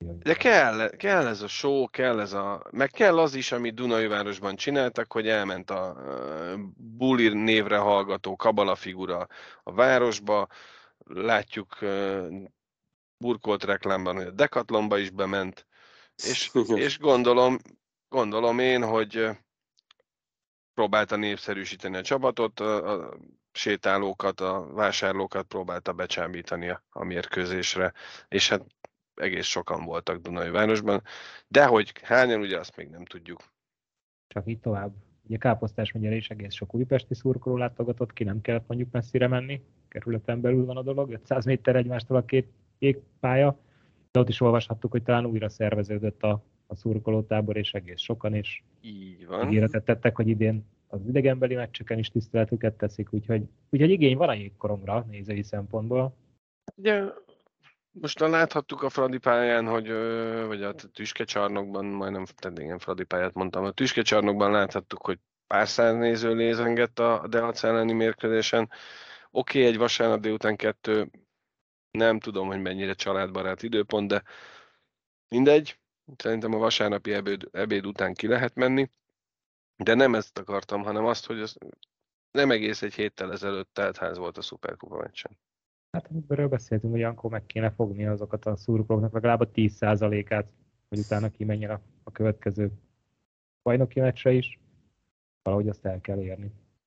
De kell, kell ez a show, kell ez a... Meg kell az is, amit Dunaújvárosban csináltak, hogy elment a uh, Bulli névre hallgató kabala figura a városba. Látjuk uh, burkolt reklámban, hogy a Decathlonba is bement. És, és gondolom, gondolom én, hogy próbálta népszerűsíteni a csapatot, a, a sétálókat, a vásárlókat próbálta becsábítani a, a mérkőzésre, és hát egész sokan voltak Dunaújvárosban, de hogy hányan, ugye azt még nem tudjuk. Csak így tovább. Ugye Káposztás megyere is egész sok újpesti szurkoló látogatott ki, nem kellett mondjuk messzire menni, kerületen belül van a dolog, ötszáz méter egymástól a két pálya, de ott is olvashattuk, hogy talán újra szerveződött a, a szurkolótábor, és egész sokan, és így van. Ígéretet tettek, hogy idén az idegenbeli meccseken is tiszteletüket teszik, úgyhogy, úgyhogy igény van a jégkoromra nézői szempontból. Ugye, most láthattuk a Fradi pályán, hogy, vagy a Tüskecsarnokban, majdnem, tehát igen, Fradi pályát mondtam, a Tüskecsarnokban láthattuk, hogy pár száz néző lézengett a Deac elleni mérkőzésen. Oké, okay, egy vasárnap délután kettő, nem tudom, hogy mennyire családbarát időpont, de mindegy. Szerintem a vasárnapi ebéd, ebéd után ki lehet menni, de nem ezt akartam, hanem azt, hogy az nem egész egy héttel ezelőtt teltház volt a Szuperkupa meccsen. Hát erről beszéltünk, hogy akkor meg kéne fogni azokat a szurkolóknak legalább a tíz százalékát, hogy utána kimenjen a, a következő bajnoki meccsre is. Valahogy azt el kell érni.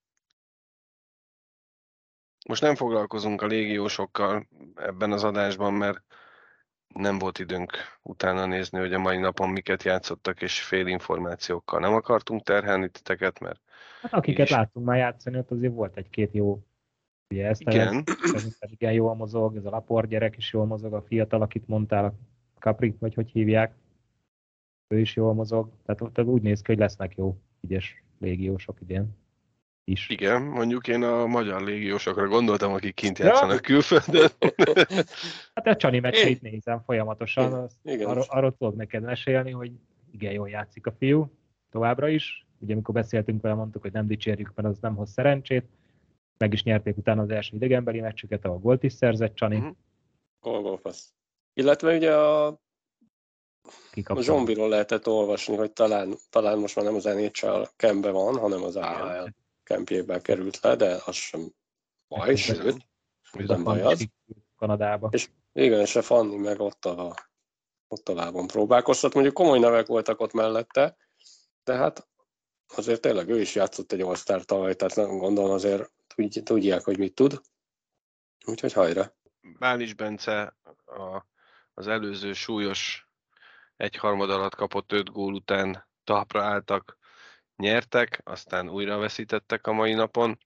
Most nem foglalkozunk a légiósokkal ebben az adásban, mert nem volt időnk utána nézni, hogy a mai napon miket játszottak, és fél információkkal nem akartunk terhelni titeket, mert... Hát akiket is... láttunk már játszani, ott azért volt egy-két jó. Ugye ezt igen. Ez, ez igen jól mozog, ez a Laport gyerek is jól mozog, a fiatal, akit mondtál, a Capri, vagy hogy hívják, ő is jól mozog. Tehát, tehát úgy néz ki, hogy lesznek jó ügyes légiósok idén is. Igen, mondjuk én a magyar légiósokra gondoltam, akik kint játszanak ja. külföldön. Hát a Csani meccseit nézem folyamatosan, arról, arról tudok neked mesélni, hogy igen jól játszik a fiú, továbbra is. Ugye amikor beszéltünk vele, mondtuk, hogy nem dicsérjük, mert az nem hoz szerencsét. Meg is nyerték utána az első idegenbeli meccsüket, ahol gólt is szerzett Csani. Mm-hmm. Golgolfasz. Illetve ugye a, a Zsombiról lehetett olvasni, hogy talán, talán most már nem az en há el Campben van, hanem az á há el Campjében került le, de az sem baj, sőt, nem baj az. Kanadába. És igen, és a Fanni meg ott a, ott a lábon próbálkoztat. Mondjuk komoly nevek voltak ott mellette, de hát azért tényleg ő is játszott egy All-Star tavaly, tehát nem gondolom azért tudják, hogy mit tud. Úgyhogy hajrá. Bális Bence a, az előző súlyos egyharmad alatt kapott öt gól után talpra álltak, nyertek, aztán újra veszítettek a mai napon.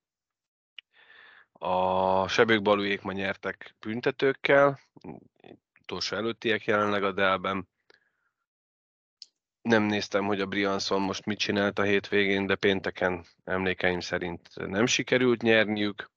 A Sebők Balujék ma nyertek büntetőkkel, utolsó előttiek jelenleg a Dellben. Nem néztem, hogy a Briançon most mit csinált a hétvégén, de pénteken emlékeim szerint nem sikerült nyerniük.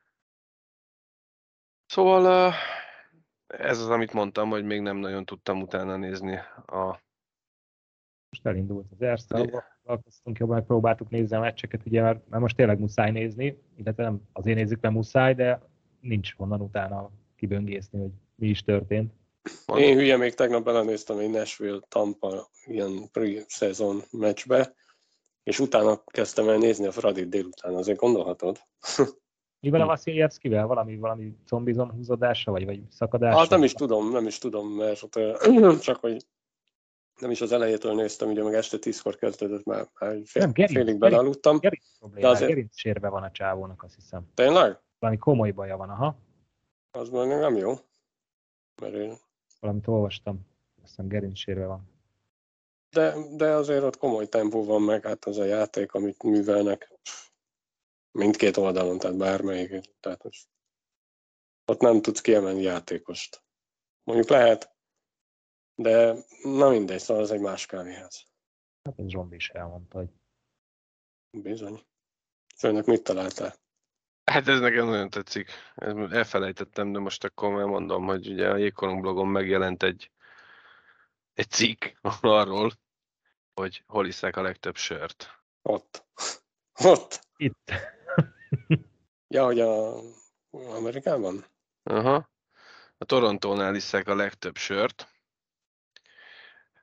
Szóval ez az, amit mondtam, hogy még nem nagyon tudtam utána nézni a... Most elindult az Erste, alkoztunk jobban, megpróbáltuk nézni a meccseket, ugye, mert, mert most tényleg muszáj nézni, illetve nem azért nézzük, mert muszáj, de nincs honnan utána kiböngészni, hogy mi is történt. Van. Én hülye, még tegnap belenéztem egy Nashville Tampa ilyen pre-szezon meccsbe, és utána kezdtem el nézni a Fradit délután, azért gondolhatod. Mivel a Vaszilievszkivel? Valami, valami zombizon húzódása, vagy, vagy szakadása? Hát nem is tudom, nem is tudom, mert csak hogy nem is az elejétől néztem, ugye meg este tízkor kezdődött, már, már fél, nem, gerinc, félig belealudtam. Gerinc problémá, azért... gerinc sérve van a csávónak, azt hiszem. Tényleg? Valami komoly baja van, aha. Az már nem jó. Mert én... Valamit olvastam, azt hiszem gerinc sérve van. De, de azért ott komoly tempó van meg, hát az a játék, amit művelnek mindkét oldalon, tehát bármelyik. Tehát most ott nem tudsz kiemelni játékost. Mondjuk lehet, de na mindegy, szóval ez egy más kávéház. Hát ez Zsombi is elmondta, hogy... Bizony. Főnök, mit találtál? Hát ez nekem nagyon tetszik. Elfelejtettem, de most akkor elmondom, hogy ugye a Jégkorong blogon megjelent egy, egy cikk arról, hogy hol iszák a legtöbb sört. Ott. Ott. Itt. Ja, hogy a Amerikában? Aha. A Torontónál iszák a legtöbb sört,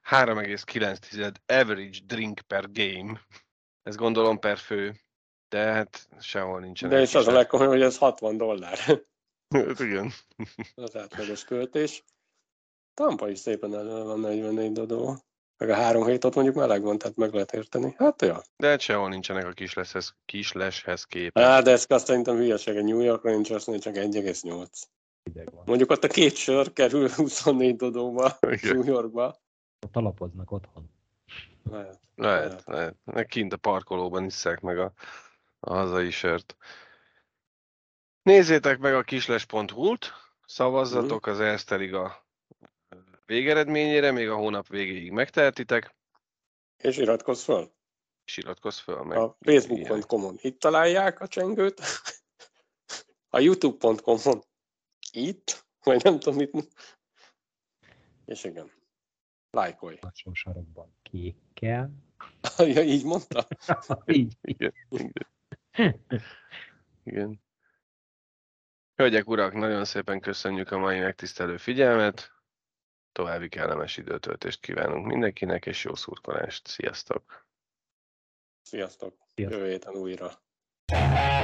három egész kilenc average drink per game. Ez gondolom per fő. De hát sehol nincsenek. De és az a legkomolyabb, hogy ez hatvan dollár. Igen. Az átlagos költés. Tampa is szépen elő van negyvennégy dodó. Meg a három hét ott mondjuk meleg van, tehát meg lehet érteni. Hát ja. De hát sehol nincsenek a kisleshez, kisleshez képest. Á, de ez azt szerintem hülyeség. A New York Rangersnél csak egy egész nyolc. Mondjuk ott a két sör kerül huszonnégy dodóba, New Yorkba. Ott alapoznak otthon. Lehet. Lehet, lehet. Meg kint a parkolóban isszák meg a, a hazai sört. Nézzétek meg a kisles pont hu-t, szavazzatok az Erste Liga végeredményére, még a hónap végéig megtehetitek. És iratkozz föl. És iratkozz föl meg. A facebook pont com-on itt találják a csengőt. A youtube pont com-on itt, vagy nem tudom mit. És igen. Lájkolj. Alsó sarokban kékkel. Ja, így mondta? Így. Igen. Igen. Igen. Hölgyek, urak, nagyon szépen köszönjük a mai megtisztelő figyelmet. További kellemes időtöltést kívánunk mindenkinek, és jó szurkolást. Sziasztok! Sziasztok! Sziasztok. Jövő héten újra.